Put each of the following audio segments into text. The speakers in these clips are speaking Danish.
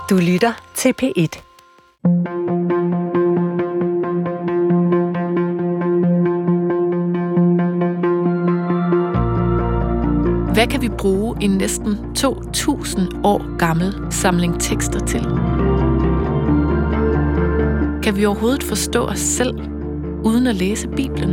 Du lytter til P1. Hvad kan vi bruge en næsten 2.000 år gammel samling tekster til? Kan vi overhovedet forstå os selv, uden at læse Bibelen?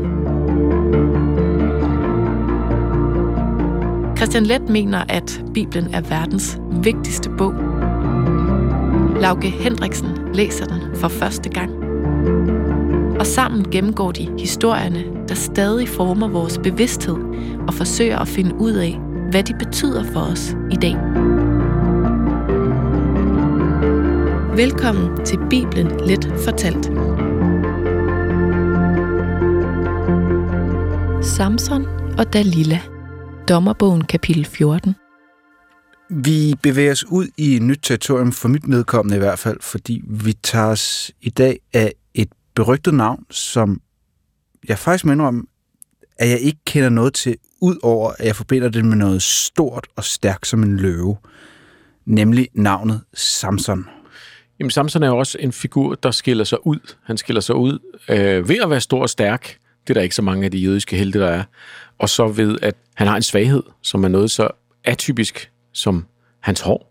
Christian Leth mener, at Bibelen er verdens vigtigste bog. Lauke Hendriksen læser den for første gang. Og sammen gennemgår de historierne, der stadig former vores bevidsthed og forsøger at finde ud af, hvad de betyder for os i dag. Velkommen til Bibelen Let fortalt. Samson og Dalila. Dommerbogen kapitel 14. Vi bevæger os ud i et nyt territorium, for mit medkommende i hvert fald, fordi vi tager os i dag af et berygtet navn, som jeg faktisk må indrømme, at jeg ikke kender noget til, udover at jeg forbinder det med noget stort og stærkt som en løve, nemlig navnet Samson. Jamen, Samson er jo også en figur, der skiller sig ud. Han skiller sig ud ved at være stor og stærk. Det er der ikke så mange af de jødiske helte, der er. Og så ved, at han har en svaghed, som er noget så atypisk som hans hår.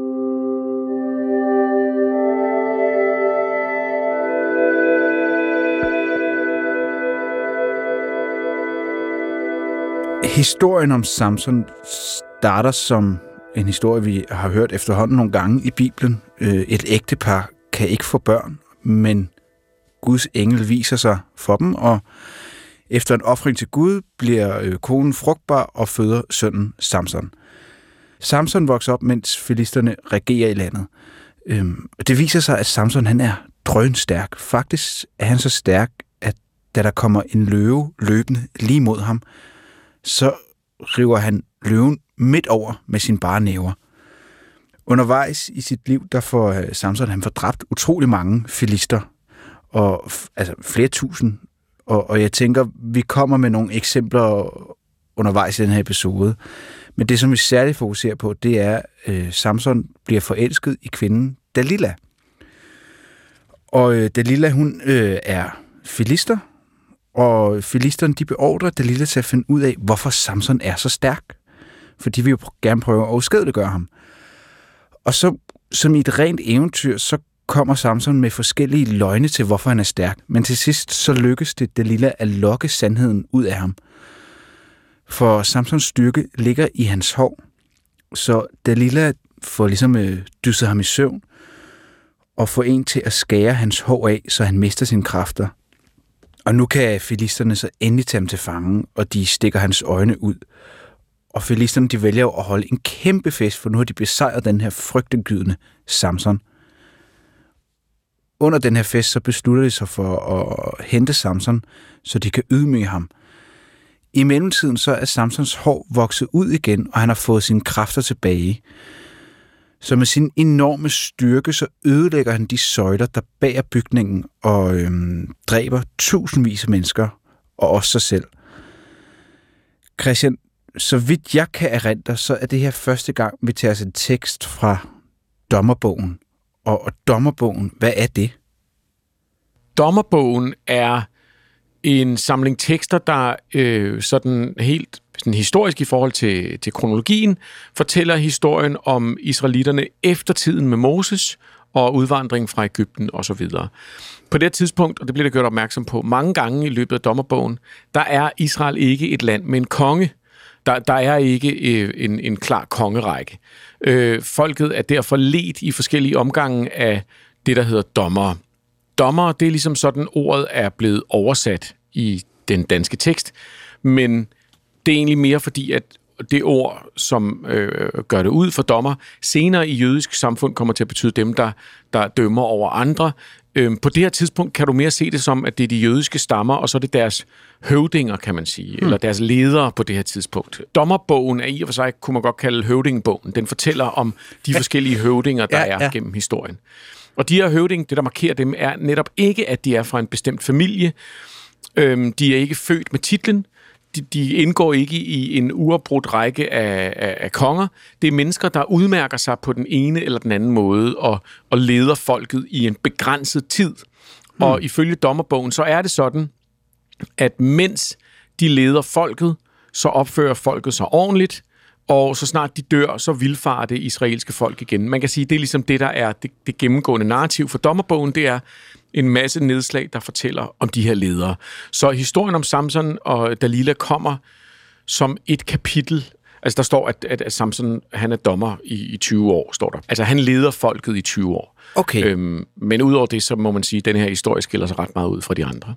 Historien om Samson starter som en historie, vi har hørt efterhånden nogle gange i Bibelen. Et ægtepar kan ikke få børn, men Guds engel viser sig for dem, og efter en ofring til Gud bliver konen frugtbar og føder sønnen Samson. Samson vokser op, mens filisterne regerer i landet. Det viser sig, at Samson han er drønstærk. Faktisk er han så stærk, at da der kommer en løve løbende lige mod ham, så river han løven midt over med sine bare næver. Undervejs i sit liv, der får Samson han får dræbt utrolig mange filister, og altså flere tusind. Og jeg tænker, vi kommer med nogle eksempler undervejs i den her episode. Men det, som vi særligt fokuserer på, det er, at Samson bliver forelsket i kvinden Dalila. Og Dalila, hun er filister, og filisterne, de beordrer Dalila til at finde ud af, hvorfor Samson er så stærk. For de vil jo gerne prøve at uskadeliggøre ham. Og så, som i et rent eventyr, så kommer Samson med forskellige løgne til, hvorfor han er stærk. Men til sidst, så lykkes det Dalila at lokke sandheden ud af ham. For Samsons styrke ligger i hans hår. Så Dalila får ligesom dysset ham i søvn, og får en til at skære hans hår af, så han mister sine kræfter. Og nu kan filisterne så endelig tage ham til fange, og de stikker hans øjne ud. Og filisterne, de vælger jo at holde en kæmpe fest, for nu har de besejret den her frygtindgydende Samson. Under den her fest, så beslutter de sig for at hente Samson, så de kan ydmyge ham. I mellemtiden så er Samsons hår vokset ud igen, og han har fået sine kræfter tilbage. Så med sin enorme styrke, så ødelægger han de søjler, der bærer bygningen, og dræber tusindvis af mennesker, og også sig selv. Christian, så vidt jeg kan erindre, så er det her første gang, vi tager os en tekst fra Dommerbogen. Og Dommerbogen, hvad er det? Dommerbogen er en samling tekster, der sådan helt sådan historisk i forhold til kronologien, fortæller historien om israelitterne efter tiden med Moses og udvandringen fra Egypten osv. På det tidspunkt, og det bliver der gjort opmærksom på mange gange i løbet af Dommerbogen, der er Israel ikke et land med en konge. Der er ikke en klar kongerække. Folket er derfor ledt i forskellige omgange af det, der hedder dommere. Dommere, det er ligesom sådan, ordet er blevet oversat i den danske tekst, men det er egentlig mere fordi, at det ord, som gør det ud for dommer, senere i jødisk samfund kommer til at betyde dem, der dømmer over andre. På det her tidspunkt kan du mere se det som, at det er de jødiske stammer, og så er det deres høvdinger, kan man sige, eller deres ledere på det her tidspunkt. Dommerbogen er i og for sig, kunne man godt kalde høvdingebogen. Den fortæller om de forskellige høvdinger, der er gennem historien. Og de her høvding, det der markerer dem, er netop ikke, at de er fra en bestemt familie. De er ikke født med titlen. de indgår ikke i en uafbrudt række af konger. Det er mennesker, der udmærker sig på den ene eller den anden måde og leder folket i en begrænset tid. Og ifølge dommerbogen, så er det sådan, at mens de leder folket, så opfører folket sig ordentligt, og så snart de dør, så vildfarer det israelske folk igen. Man kan sige, det er ligesom det, der er det gennemgående narrativ for dommerbogen. Det er en masse nedslag, der fortæller om de her ledere. Så historien om Samson og Dalila kommer som et kapitel. Altså der står, at Samson, han er dommer i 20 år, står der. Altså han leder folket i 20 år. Okay. Men udover det, så må man sige, at den her historie skiller sig ret meget ud fra de andre.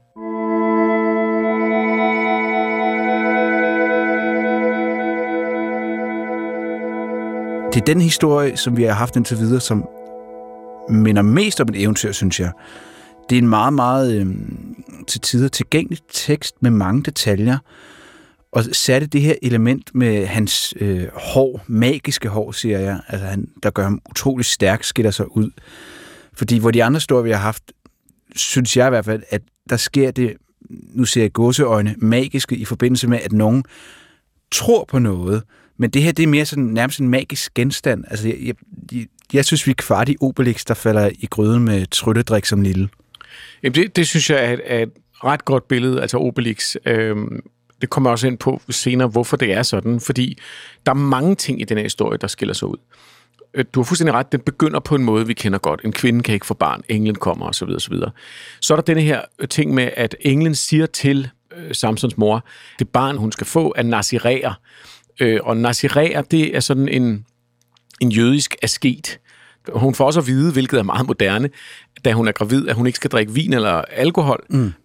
Det er den historie, som vi har haft indtil videre, som minder mest om et eventyr, synes jeg. Det er en meget, meget til tider tilgængelig tekst med mange detaljer, og særligt det her element med hans hår, magiske hår, siger jeg, altså der gør ham utrolig stærk, skiller sig ud. Fordi hvor de andre historier, vi har haft, synes jeg i hvert fald, at der sker det, nu ser jeg gåseøjne, magiske i forbindelse med, at nogen tror på noget. Men det her, det er mere sådan, nærmest en magisk genstand. Altså, jeg synes, vi er kvart i Obelix, der falder i gryden med trylledrik som lille. Jamen, det synes jeg er et ret godt billede, altså Obelix. Det kommer også ind på senere, hvorfor det er sådan. Fordi der er mange ting i den her historie, der skiller sig ud. Du har fuldstændig ret, den begynder på en måde, vi kender godt. En kvinde kan ikke få barn, englen kommer, osv. osv. Så er der denne her ting med, at englen siger til Samsons mor, det barn, hun skal få, er naziræer. Og naziræer, det er sådan en jødisk asket. Hun får også at vide, hvilket er meget moderne, da hun er gravid, at hun ikke skal drikke vin eller alkohol,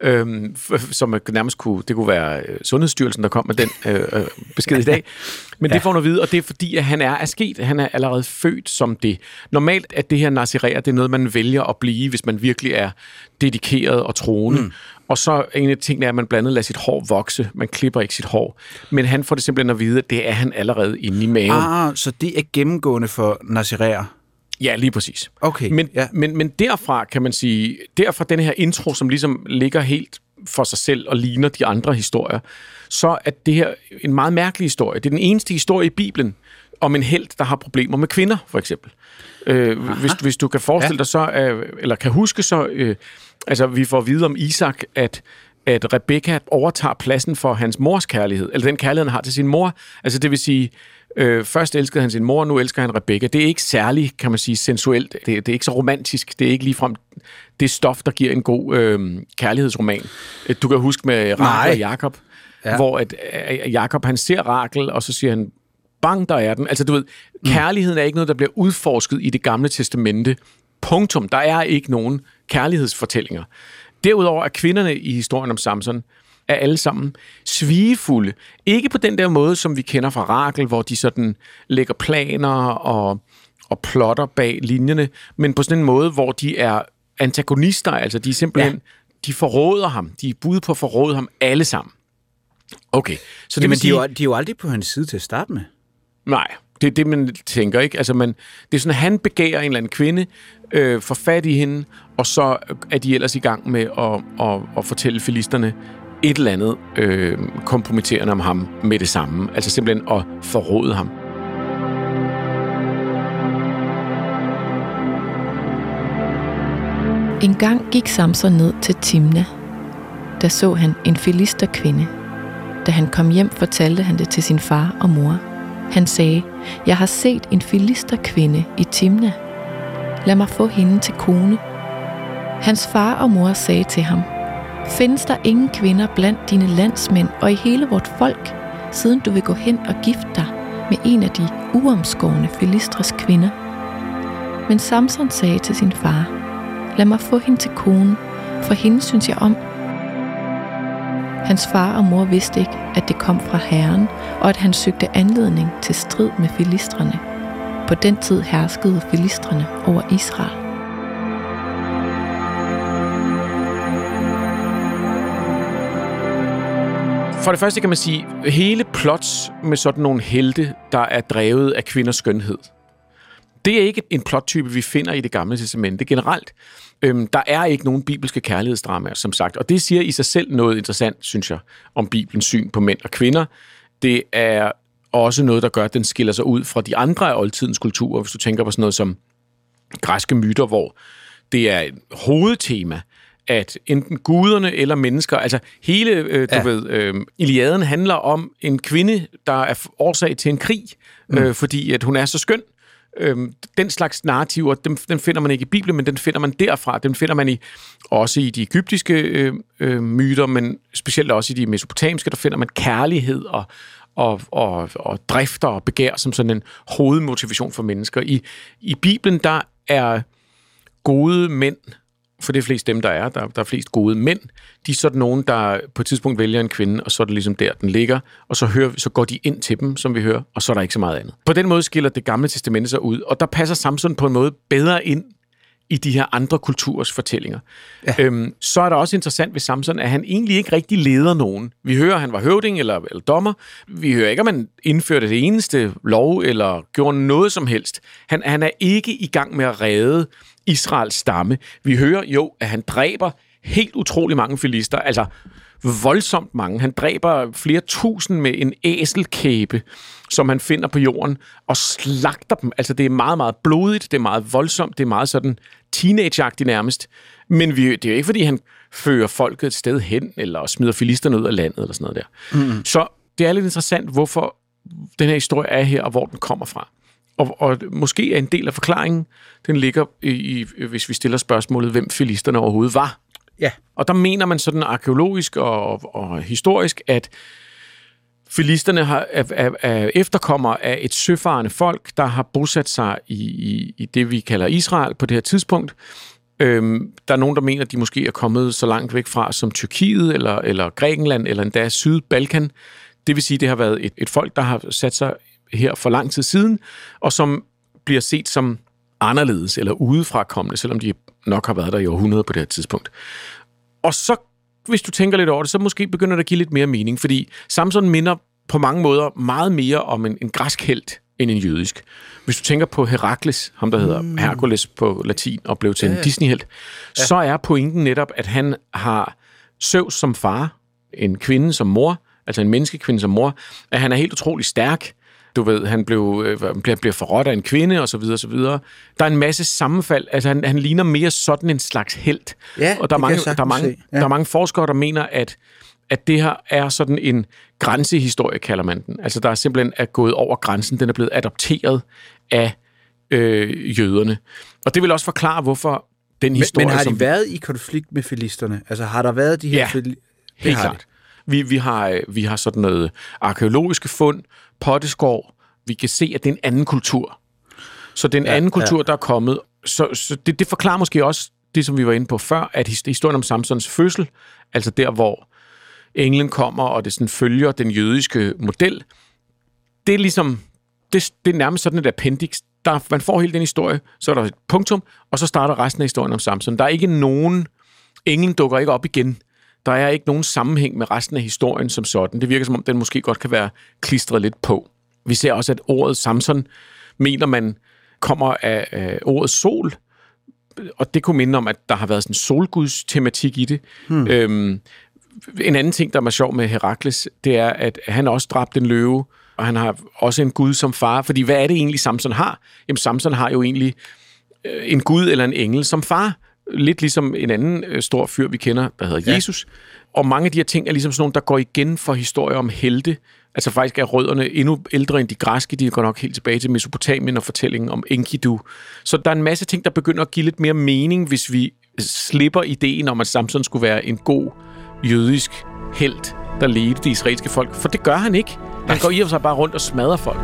som nærmest kunne være Sundhedsstyrelsen, der kom med den besked i dag. Men det får hun at vide, og det er fordi, at han er asket. Han er allerede født som det. Normalt at det her naziræer, det er noget, man vælger at blive, hvis man virkelig er dedikeret og troende. Og så en af tingene er, at man blandt andet lader sit hår vokse. Man klipper ikke sit hår. Men han får det simpelthen at vide, at det er han allerede inde i maven. Så det er gennemgående for naziræer? Ja, lige præcis. Okay. Men derfra kan man sige, derfra den her intro, som ligesom ligger helt for sig selv og ligner de andre historier, så er det her en meget mærkelig historie. Det er den eneste historie i Bibelen om en helt, der har problemer med kvinder, for eksempel. Hvis du kan forestille dig så, eller kan huske så, altså vi får at vide om Isak, at Rebekka overtager pladsen for hans mors kærlighed, eller den kærlighed, han har til sin mor. Altså det vil sige, først elskede han sin mor, nu elsker han Rebekka. Det er ikke særlig, kan man sige, sensuelt. Det er ikke så romantisk. Det er ikke ligefrem det stof, der giver en god kærlighedsroman. Du kan huske med Rachel og Jakob, hvor at Jakob, han ser Rachel, og så siger han, bang, der er den. Altså du ved, kærligheden er ikke noget, der bliver udforsket i Det Gamle Testamente. Punktum. Der er ikke nogen kærlighedsfortællinger. Derudover er kvinderne i historien om Samson er alle sammen svigefulde. Ikke på den der måde, som vi kender fra Rachel, hvor de sådan lægger planer og plotter bag linjerne, men på sådan en måde, hvor de er antagonister, altså de er simpelthen, de forråder ham. De er bud på at forråde ham alle sammen. Okay. Så det men de er jo aldrig på hans side til at starte med. Nej, det er det, man tænker, ikke? Altså, det er sådan, at han begærer en eller anden kvinde, får fat i hende, og så er de ellers i gang med at fortælle filisterne et eller andet kompromitterende om ham med det samme. Altså simpelthen at forråde ham. En gang gik Samson ned til Timna. Der så han en filisterkvinde. Da han kom hjem, fortalte han det til sin far og mor. Han sagde, jeg har set en filisterkvinde i Timna. Lad mig få hende til kone. Hans far og mor sagde til ham, findes der ingen kvinder blandt dine landsmænd og i hele vort folk, siden du vil gå hen og gifte dig med en af de uomskårne filistres kvinder? Men Samson sagde til sin far, lad mig få hende til kone, for hende synes jeg om. Hans far og mor vidste ikke, at det kom fra Herren, og at han søgte anledning til strid med filistrene. På den tid herskede filistrene over Israel. For det første kan man sige, hele plots med sådan nogle helte, der er drevet af kvinders skønhed, Det er ikke en plottype, vi finder i Det Gamle Testamente generelt. Der er ikke nogen bibelske kærlighedsdramaer, som sagt. Og det siger i sig selv noget interessant, synes jeg, om Bibelens syn på mænd og kvinder. Det er også noget, der gør, at den skiller sig ud fra de andre af oldtidens kulturer. Hvis du tænker på sådan noget som græske myter, hvor det er et hovedtema, at enten guderne eller mennesker, altså hele, Iliaden handler om en kvinde, der er årsag til en krig, fordi at hun er så skøn. Den slags narrativer, den finder man ikke i Bibelen, men den finder man derfra. Den finder man også i de egyptiske myter, men specielt også i de mesopotamiske, der finder man kærlighed og drifter og begær som sådan en hovedmotivation for mennesker. I Bibelen, der er gode mænd, for det er flest dem, der er flest gode mænd, de er sådan nogen, der på et tidspunkt vælger en kvinde, og så er det ligesom der, den ligger, og så går de ind til dem, som vi hører, og så er der ikke så meget andet. På den måde skiller Det Gamle Testamente sig ud, og der passer Samson på en måde bedre ind i de her andre kulturers fortællinger. Ja. Så er der også interessant ved Samson, at han egentlig ikke rigtig leder nogen. Vi hører, at han var høvding eller dommer. Vi hører ikke, at man indførte det eneste lov, eller gjorde noget som helst. Han er ikke i gang med at redde Israels stamme. Vi hører jo, at han dræber helt utrolig mange filister, altså voldsomt mange. Han dræber flere tusind med en æselkæbe, som han finder på jorden, og slagter dem. Altså det er meget, meget blodigt, det er meget voldsomt, det er meget sådan teenageagtigt nærmest. Men det er jo ikke, fordi han fører folket et sted hen, eller smider filisterne ud af landet, eller sådan noget der. Så det er lidt interessant, hvorfor den her historie er her, og hvor den kommer fra. Og måske er en del af forklaringen, den ligger hvis vi stiller spørgsmålet, hvem filisterne overhovedet var. Ja. Og der mener man sådan arkæologisk og historisk, at filisterne er efterkommere af et søfarende folk, der har bosat sig i det, vi kalder Israel på det her tidspunkt. Der er nogen, der mener, at de måske er kommet så langt væk fra som Tyrkiet, eller Grækenland, eller endda Sydbalkan. Det vil sige, at det har været et folk, der har sat sig her for lang tid siden, og som bliver set som anderledes eller udefrakommende, selvom de nok har været der i århundreder på det her tidspunkt. Og så, hvis du tænker lidt over det, så måske begynder det at give lidt mere mening, fordi Samson minder på mange måder meget mere om en græsk helt end en jødisk. Hvis du tænker på Herakles, ham der hedder Hercules på latin og blev til en Disney-helt, så er pointen netop, at han har Zeus som far, en kvinde som mor, altså en menneskekvinde som mor, at han er helt utrolig stærk. Du ved, han bliver forrådt af en kvinde, og så videre, og så videre. Der er en masse sammenfald. Altså, han ligner mere sådan en slags helt. Ja, og der er mange forskere, der mener, at det her er sådan en grænsehistorie, kalder man den. Altså, der er simpelthen gået over grænsen. Den er blevet adopteret af jøderne. Og det vil også forklare, hvorfor den historie... Men har de været i konflikt med filisterne? Altså, har der været de her... Ja, helt klart. Vi har sådan noget arkæologiske fund, potteskår. Vi kan se, at det er en anden kultur. Så det er en anden kultur, der er kommet. Så det forklarer måske også det, som vi var inde på før, at historien om Samsons fødsel, altså der, hvor englen kommer, og det sådan følger den jødiske model, det er ligesom, det er nærmest sådan et appendix. Man får hele den historie, så er der et punktum, og så starter resten af historien om Samson. Der er ikke nogen, englen dukker ikke op igen. Der er ikke nogen sammenhæng med resten af historien som sådan. Det virker som om, den måske godt kan være klistret lidt på. Vi ser også, at ordet Samson, mener man, kommer af ordet sol, og det kunne minde om, at der har været sådan en solguds tematik i det. En anden ting, der er sjov med Herakles, det er, at han også dræbte en løve, og han har også en gud som far. Fordi hvad er det egentlig, Samson har? Jamen, Samson har jo egentlig en gud eller en engel som far. Lidt ligesom en anden stor fyr, vi kender, der hedder Jesus. Og mange af de her ting er ligesom sådan nogle, der går igen for historier om helte. Altså faktisk er rødderne endnu ældre end de græske. De går nok helt tilbage til Mesopotamien og fortællingen om Enkidu. Så der er en masse ting, der begynder at give lidt mere mening, hvis vi slipper ideen om, at Samson skulle være en god jødisk helt, der ledte det israelske folk. For det gør han ikke. Han går i og sig bare rundt og smadrer folk.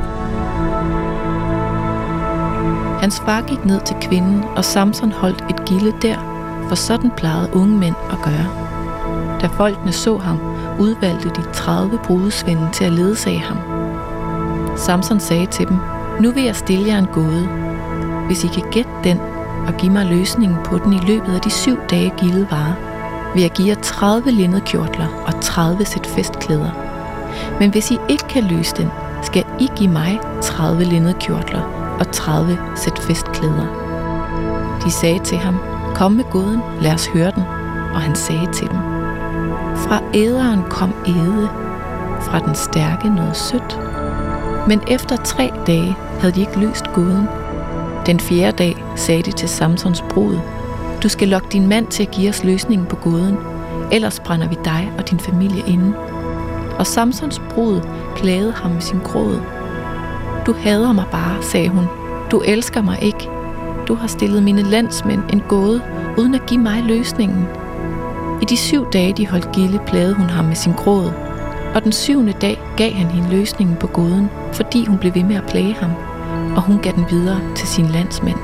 Hans far gik ned til kvinden, og Samson holdt et gilde der, for sådan plejede unge mænd at gøre. Da folkene så ham, udvalgte de 30 brudesvende til at ledsage ham. Samson sagde til dem, nu vil jeg stille jer en gåde. Hvis I kan gætte den og give mig løsningen på den i løbet af de 7 dage gildet varer, vil jeg give jer 30 linnede kjortler og 30 sæt festklæder. Men hvis I ikke kan løse den, skal I give mig 30 linnede kjortler og 30 sæt festklæder. De sagde til ham, kom med gåden, lad os høre den. Og han sagde til dem, fra æderen kom æde, fra den stærke noget sødt. Men efter 3 dage havde de ikke løst gåden. Den 4. dag sagde de til Samsons brud, du skal lokke din mand til at give os løsningen på gåden, ellers brænder vi dig og din familie inde. Og Samsons brud plagede ham med sin gråd. Du hader mig bare, sagde hun. Du elsker mig ikke. Du har stillet mine landsmænd en gåde, uden at give mig løsningen. I de 7 dage, de holdt gilde, plagede hun ham med sin gråd. Og den 7. dag gav han hende løsningen på gåden, fordi hun blev ved med at plage ham, og hun gav den videre til sine landsmænd.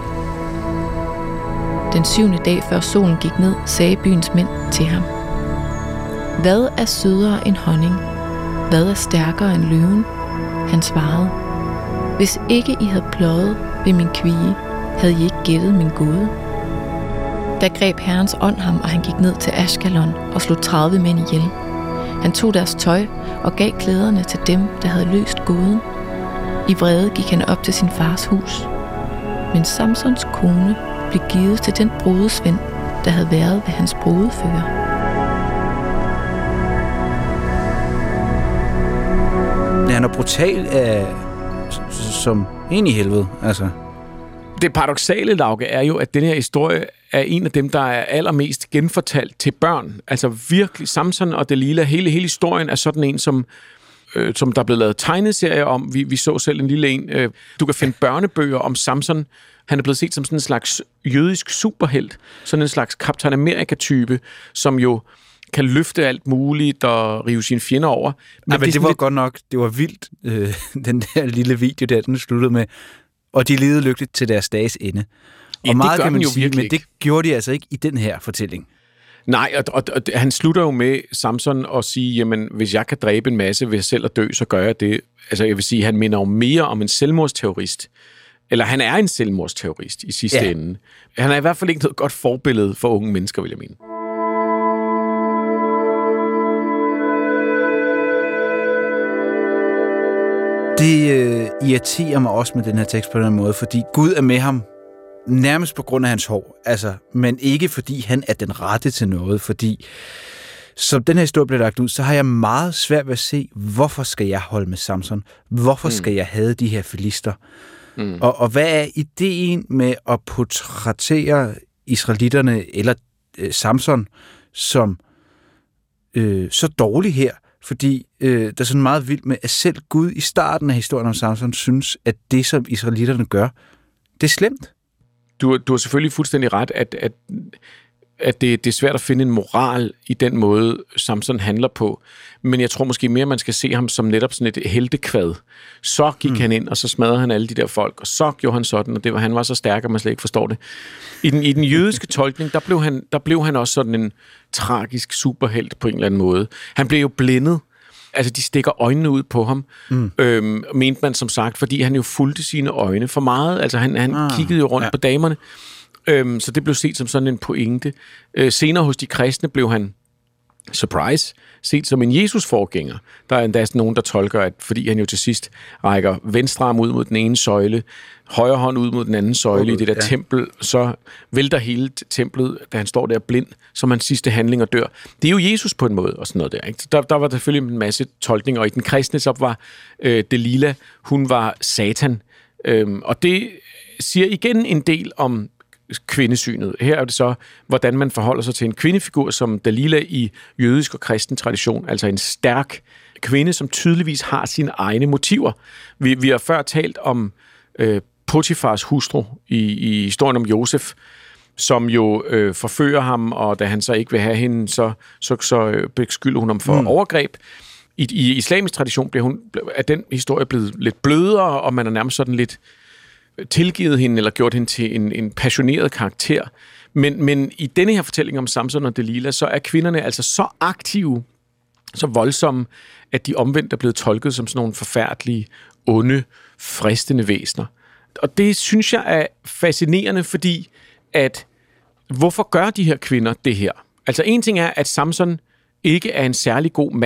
Den 7. dag før solen gik ned, sagde byens mænd til ham, hvad er sødere end honning? Hvad er stærkere end løven? Han svarede, hvis ikke I havde pløjet ved min kvie, havde I ikke gættet min gåde. Da greb Herrens ånd ham, og han gik ned til Ashkelon og slog 30 mænd ihjel. Han tog deres tøj og gav klæderne til dem, der havde løst gåden. I vrede gik han op til sin fars hus. Men Samsons kone blev givet til den brudesvend, der havde været ved hans brudefører. Han er brutal som en i helvede, altså. Det paradoksale, Lauke, er jo, at den her historie er en af dem, der er allermest genfortalt til børn. Altså virkelig, Samson og Delila, hele historien er sådan en, som der er blevet lavet tegneserier om. Vi så selv en lille en. Du kan finde børnebøger om Samson. Han er blevet set som sådan en slags jødisk superhelt. Sådan en slags Captain America-type, som jo kan løfte alt muligt og rive sine fjender over. Men det var godt nok, det var vildt, den der lille video der, den sluttede med, og de levede lykkeligt til deres dages ende. Og ja, meget kan man jo sige, men det gjorde de altså ikke i den her fortælling. Nej, og han slutter jo med Samson og sige, jamen, hvis jeg kan dræbe en masse ved selv at dø, så gør jeg det. Altså, jeg vil sige, han minder jo mere om en selvmordsterrorist. Eller han er en selvmordsterrorist i sidste ende. Han er i hvert fald ikke noget godt forbillede for unge mennesker, vil jeg mene. Det irriterer mig også med den her tekst på den måde, fordi Gud er med ham nærmest på grund af hans hår, altså, men ikke fordi han er den rette til noget, fordi som den her historie bliver lagt ud, så har jeg meget svært ved at se, hvorfor skal jeg holde med Samson? Hvorfor skal jeg have de her filister? Og hvad er ideen med at portrættere israelitterne eller Samson som så dårlig her? Fordi der er sådan meget vildt med, at selv Gud i starten af historien om Samson synes, at det, som israelitterne gør, det er slemt. Du har selvfølgelig fuldstændig ret, at det er svært at finde en moral i den måde, Samson handler på. Men jeg tror måske mere, man skal se ham som netop sådan et heltekvad. Så gik han ind, og så smadrede han alle de der folk, og så gjorde han sådan, og han var så stærk, at man slet ikke forstår det. I den jødiske tolkning, der blev han også sådan en tragisk superhelt på en eller anden måde. Han blev jo blændet. Altså, de stikker øjnene ud på ham, mente man som sagt, fordi han jo fulgte sine øjne for meget. Altså, han kiggede jo rundt på damerne. Så det blev set som sådan en pointe. Senere hos de kristne blev han, surprise, set som en Jesus-forgænger. Der er endda nogen, der tolker, at fordi han jo til sidst rækker venstre arm ud mod den ene søjle, højre hånd ud mod den anden søjle i det der tempel, så vælter hele templet, da han står der blind, som hans sidste handling og dør. Det er jo Jesus på en måde, og sådan noget der. Ikke? Der var selvfølgelig en masse tolkninger, og i den kristne så var Delila, hun var Satan. Og det siger igen en del om kvindesynet. Her er det så, hvordan man forholder sig til en kvindefigur som Delila i jødisk og kristen tradition, altså en stærk kvinde, som tydeligvis har sine egne motiver. Vi har før talt om Potifars hustru i historien om Josef, som jo forfører ham, og da han så ikke vil have hende, så beskylder hun ham for overgreb. I islamisk tradition er den historie blevet lidt blødere, og man er nærmest sådan lidt tilgivet hende, eller gjort hende til en passioneret karakter. Men i denne her fortælling om Samson og Delila, så er kvinderne altså så aktive, så voldsomme, at de omvendt er blevet tolket som sådan nogle forfærdelige, onde, fristende væsener. Og det synes jeg er fascinerende, fordi at hvorfor gør de her kvinder det her? Altså en ting er, at Samson ikke er en særlig god mand.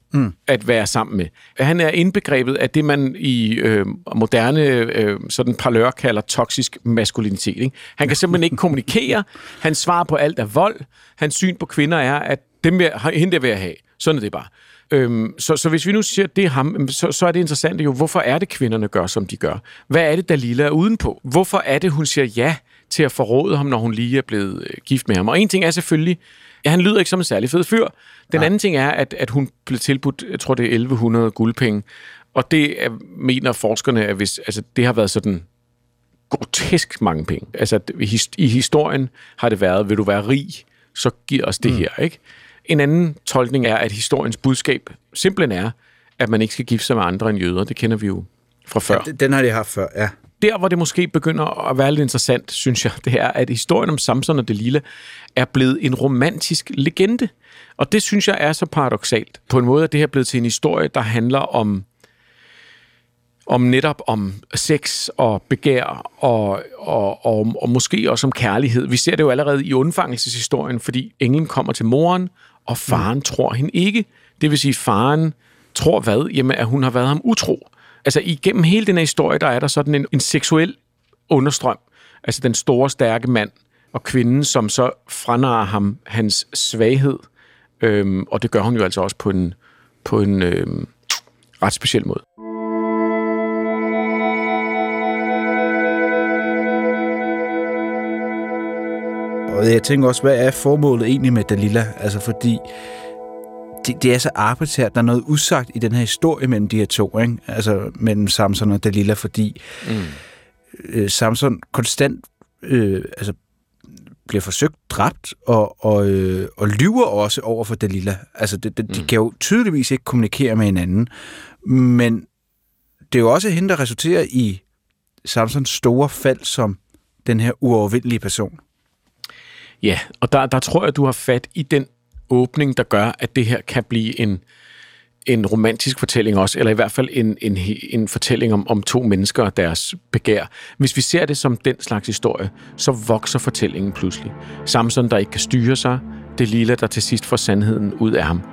at være sammen med. Han er indbegrebet af det, man i moderne sådan parlør kalder toksisk maskulinitet. Ikke? Han kan simpelthen ikke kommunikere. Hans svar på alt er vold. Hans syn på kvinder er, at hende der vil jeg have. Sådan er det bare. Så hvis vi nu siger, at det er ham, så er det interessant jo, hvorfor er det, kvinderne gør, som de gør? Hvad er det, Dalila er udenpå? Hvorfor er det, hun siger ja til at forråde ham, når hun lige er blevet gift med ham? Og en ting er selvfølgelig, at han lyder ikke som en særlig fed fyr. Den anden ting er, at hun blev tilbudt, jeg tror det er 1100 guldpenge, og det mener forskerne, at det har været sådan grotesk mange penge. Altså i historien har det været, vil du være rig, så giv os det her, ikke? En anden tolkning er, at historiens budskab simpelthen er, at man ikke skal gifte sig med andre end jøder. Det kender vi jo fra før. Ja, den har de haft før, ja. Der, hvor det måske begynder at være lidt interessant, synes jeg, det er, at historien om Samson og Dalila er blevet en romantisk legende. Og det synes jeg er så paradoksalt. På en måde er det her blevet til en historie, der handler om netop om sex og begær og måske også om kærlighed. Vi ser det jo allerede i undfangelseshistorien, fordi englen kommer til moren, og faren tror hende ikke. Det vil sige, faren tror hvad? Jamen, at hun har været ham utro. Altså, igennem hele den her historie, der er der sådan en seksuel understrøm. Altså, den store, stærke mand og kvinden, som så franarrer ham hans svaghed. Og det gør hun jo altså også på en ret speciel måde. Og jeg tænker også, hvad er formålet egentlig med Dalila? Altså, fordi det er så arbitrært, der er noget usagt i den her historie mellem de her to, ikke? Altså mellem Samson og Dalila, fordi Samson konstant bliver forsøgt dræbt og lyver også over for Dalila. Altså de kan jo tydeligvis ikke kommunikere med hinanden, men det er jo også hende, der resulterer i Samsons store fald som den her uovervindelige person. Ja, og der tror jeg, du har fat i den åbning, der gør, at det her kan blive en romantisk fortælling også, eller i hvert fald en fortælling om to mennesker og deres begær. Hvis vi ser det som den slags historie, så vokser fortællingen pludselig. Samson, der ikke kan styre sig, Dalila, der til sidst får sandheden ud af ham.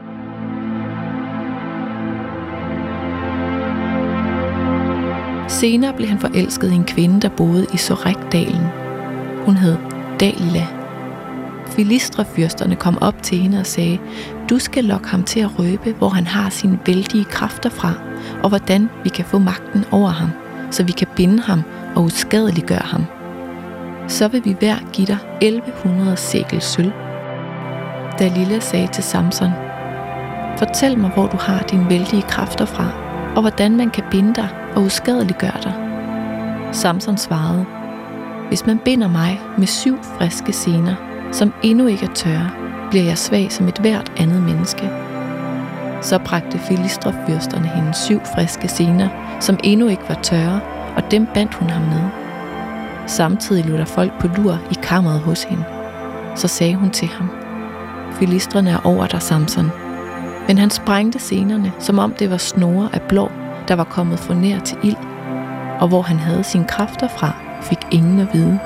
Senere blev han forelsket i en kvinde, der boede i Sorek-dalen. Hun hed Dalila. Filistre-fyrsterne kom op til hende og sagde, du skal lokke ham til at røbe, hvor han har sine vældige kræfter fra, og hvordan vi kan få magten over ham, så vi kan binde ham og uskadeliggøre ham. Så vil vi hver give dig 1100 sekel sølv. Dalila sagde til Samson, fortæl mig, hvor du har dine vældige kræfter fra, og hvordan man kan binde dig og uskadeliggøre dig. Samson svarede, hvis man binder mig med 7 friske sener, som endnu ikke er tørre, bliver jeg svag som et hvert andet menneske. Så bragte Filistre-fyrsterne hende 7 friske sener, som endnu ikke var tørre, og dem bandt hun ham med. Samtidig lå der folk på lur i kammeret hos hende. Så sagde hun til ham, Filistrene er over dig, Samson. Men han sprængte senerne, som om det var snore af blå, der var kommet for nær til ild, og hvor han havde sine kræfter fra, fik ingen at vide.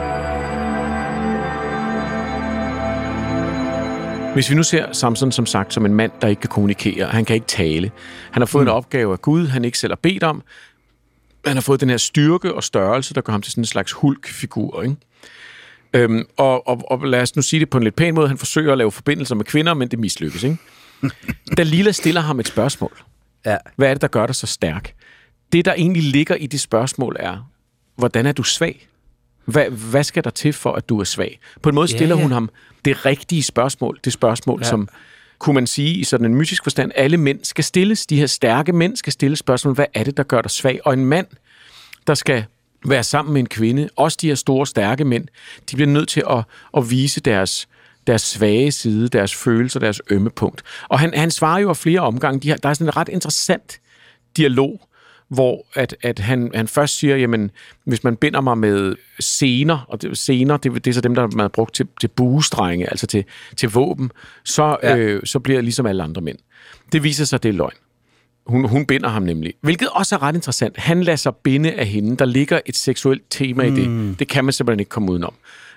Hvis vi nu ser Samson som sagt som en mand, der ikke kan kommunikere, han kan ikke tale. Han har fået en opgave af Gud, han ikke selv har bedt om. Han har fået den her styrke og størrelse, der gør ham til sådan en slags hulkfigur, ikke? Og lad os nu sige det på en lidt pæn måde, han forsøger at lave forbindelser med kvinder, men det mislykkes, ikke? Dalila stiller ham et spørgsmål. Ja. Hvad er det, der gør dig så stærk? Det, der egentlig ligger i det spørgsmål er, hvordan er du svag? Hvad skal der til for, at du er svag? På en måde stiller hun ham det rigtige spørgsmål. Det spørgsmål, som, kunne man sige, i sådan en mytisk forstand, alle mænd skal stilles. De her stærke mænd skal stille spørgsmål. Hvad er det, der gør dig svag? Og en mand, der skal være sammen med en kvinde, også de her store, stærke mænd, de bliver nødt til at vise deres svage side, deres følelser, deres ømme punkt. Og han svarer jo af flere omgange. Der er sådan en ret interessant dialog, hvor at han først siger, jamen, hvis man binder mig med sener, og sener, det er så dem, der man har brugt til buestrenge, altså til våben, så bliver jeg ligesom alle andre mænd. Det viser sig, det er løgn. Hun binder ham nemlig. Hvilket også er ret interessant. Han lader sig binde af hende. Der ligger et seksuelt tema i det. Det kan man simpelthen ikke komme udenom.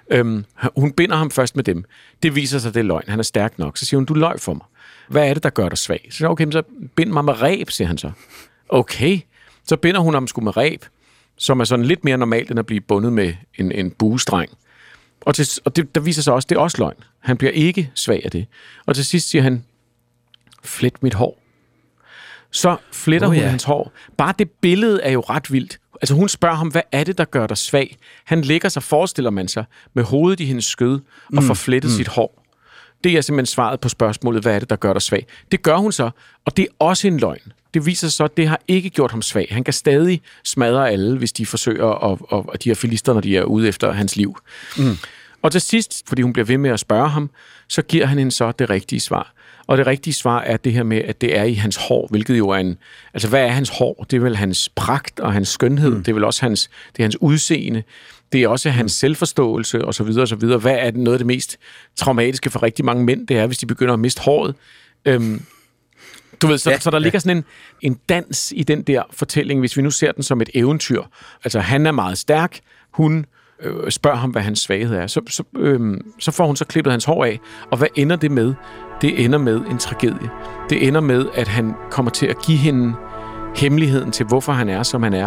Hun binder ham først med dem. Det viser sig, det er løgn. Han er stærk nok. Så siger hun, du løg for mig. Hvad er det, der gør dig svag? Så siger okay, så bind mig med reb, siger han så. Okay. Så binder hun ham sgu med reb, som er sådan lidt mere normalt, end at blive bundet med en buestreng. Og der viser sig også, det er også løgn. Han bliver ikke svag af det. Og til sidst siger han, flet mit hår. Så fletter hun hans hår. Bare det billede er jo ret vildt. Altså hun spørger ham, hvad er det, der gør dig svag? Han lægger sig, forestiller man sig, med hovedet i hendes skød og får flettet sit hår. Det er simpelthen svaret på spørgsmålet, hvad er det, der gør dig svag? Det gør hun så, og det er også en løgn. Det viser sig så, at det har ikke gjort ham svag. Han kan stadig smadre alle, hvis de forsøger, og de her filister, når de er ude efter hans liv. Og til sidst, fordi hun bliver ved med at spørge ham, så giver han hende så det rigtige svar. Og det rigtige svar er det her med, at det er i hans hår, hvilket jo er altså hvad er hans hår? Det er vel hans pragt og hans skønhed. Det er vel også hans udseende. Det er også hans selvforståelse osv. osv. Hvad er noget af det mest traumatiske for rigtig mange mænd? Det er, hvis de begynder at miste håret. Du ved, så der ligger sådan en dans i den der fortælling, hvis vi nu ser den som et eventyr. Altså, han er meget stærk. Hun spørger ham, hvad hans svaghed er. Så får hun så klippet hans hår af. Og hvad ender det med? Det ender med en tragedie. Det ender med, at han kommer til at give hende hemmeligheden til, hvorfor han er, som han er.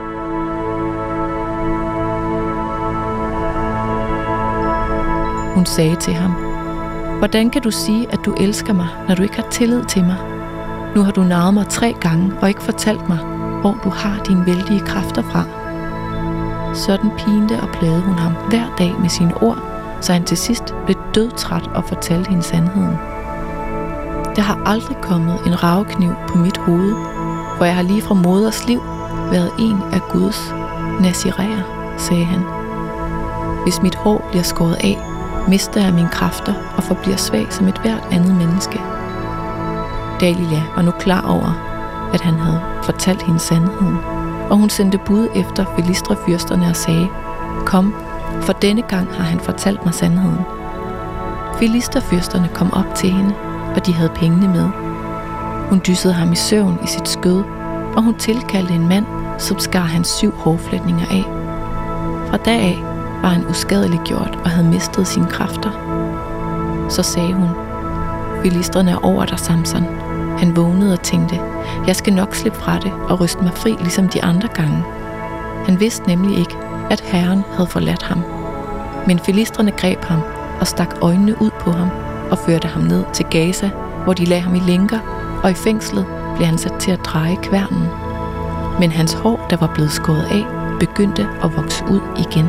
Hun sagde til ham, hvordan kan du sige, at du elsker mig, når du ikke har tillid til mig? Nu har du narret mig 3 gange og ikke fortalt mig, hvor du har dine vældige kræfter fra. Sådan pinte og plagede hun ham hver dag med sine ord, så han til sidst blev dødtræt og fortalte hende sandheden. Der har aldrig kommet en ravekniv på mit hoved, for jeg har lige fra moders liv været en af Guds naziræer, sagde han. Hvis mit hår bliver skåret af, mister jeg mine kræfter og forbliver svag som et hvert andet menneske. Dalila var nu klar over, at han havde fortalt hende sandheden, og hun sendte bud efter filistrefyrsterne og sagde, kom, for denne gang har han fortalt mig sandheden. Filisterfyrsterne kom op til hende, og de havde pengene med. Hun dyssede ham i søvn i sit skød, og hun tilkaldte en mand, som skar hans 7 hårflætninger af. Fra dag af var han uskadeliggjort og havde mistet sine kræfter. Så sagde hun, filistrene er over dig, Samson. Han vågnede og tænkte, jeg skal nok slippe fra det og ryste mig fri ligesom de andre gange. Han vidste nemlig ikke, at Herren havde forladt ham. Men filistrene greb ham og stak øjnene ud på ham og førte ham ned til Gaza, hvor de lagde ham i lænker, og i fængslet blev han sat til at dreje kværnen. Men hans hår, der var blevet skåret af, begyndte at vokse ud igen.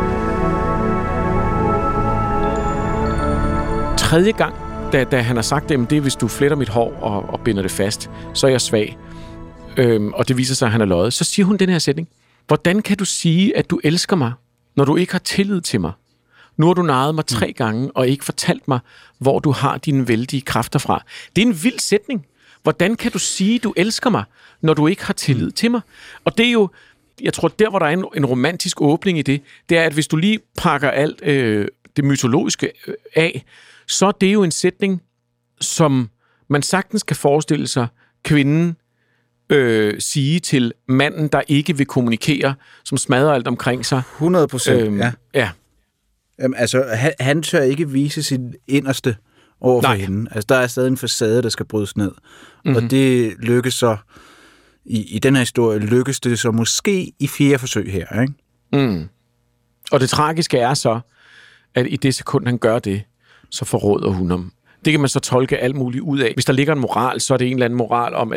3. gang, da han har sagt det er, hvis du fletter mit hår og binder det fast, så er jeg svag. Og det viser sig, at han er løjet. Så siger hun den her sætning. Hvordan kan du sige, at du elsker mig, når du ikke har tillid til mig? Nu har du narret mig 3 gange og ikke fortalt mig, hvor du har dine vældige kræfter fra. Det er en vild sætning. Hvordan kan du sige, du elsker mig, når du ikke har tillid til mig? Og det er jo, jeg tror, der hvor der er en romantisk åbning i det, det er, at hvis du lige pakker alt det mytologiske af, så er det jo en sætning, som man sagtens kan forestille sig kvinden sige til manden, der ikke vil kommunikere, som smadrer alt omkring sig. 100%, ja. Jamen, altså, han tør ikke vise sit inderste over for hende. Altså, der er stadig en facade, der skal brydes ned. Og det lykkes så, i den her historie, lykkes det så måske i 4. forsøg her, ikke? Og det tragiske er så, at i det sekund, han gør det, så forråder hun ham. Det kan man så tolke alt muligt ud af. Hvis der ligger en moral, så er det en eller anden moral om,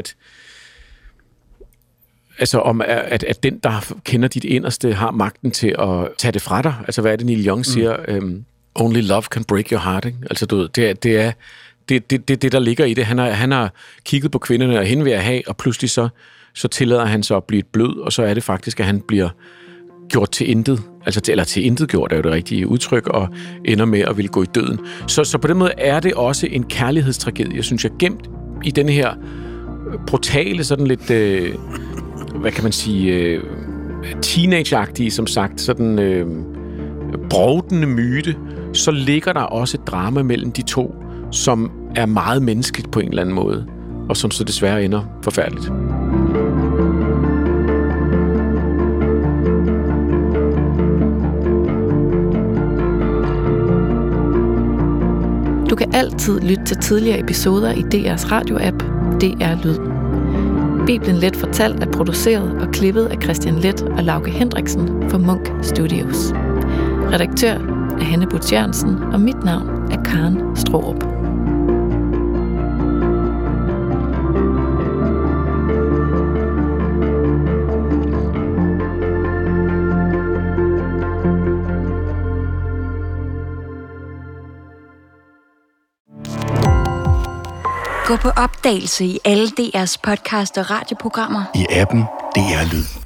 at den, der kender dit inderste, har magten til at tage det fra dig. Altså, hvad er det, Neil Young siger? Only love can break your heart, ikke? Altså, du ved, det er det, der ligger i det. Han har kigget på kvinderne, og hende vil jeg have, og pludselig så tillader han sig at blive et blød, og så er det faktisk, at han bliver gjort til intet. Eller til intet gjort er jo det rigtige udtryk, og ender med at ville gå i døden. Så på den måde er det også en kærlighedstragedie, synes jeg, gemt i den her brutale, sådan lidt, hvad kan man sige, teenage-agtige, som sagt, sådan brovdende myte, så ligger der også et drama mellem de to, som er meget menneskeligt på en eller anden måde, og som så desværre ender forfærdeligt. Du kan altid lytte til tidligere episoder i DR's radioapp, DR Lyd. Bibelen Let fortalt er produceret og klippet af Christian Leth og Lauke Hendriksen for Munch Studios. Redaktør er Hanne Butz Jørgensen, og mit navn er Karen Straarup. Gå på opdagelse i alle DR's podcast og radioprogrammer. I appen DR Lyd.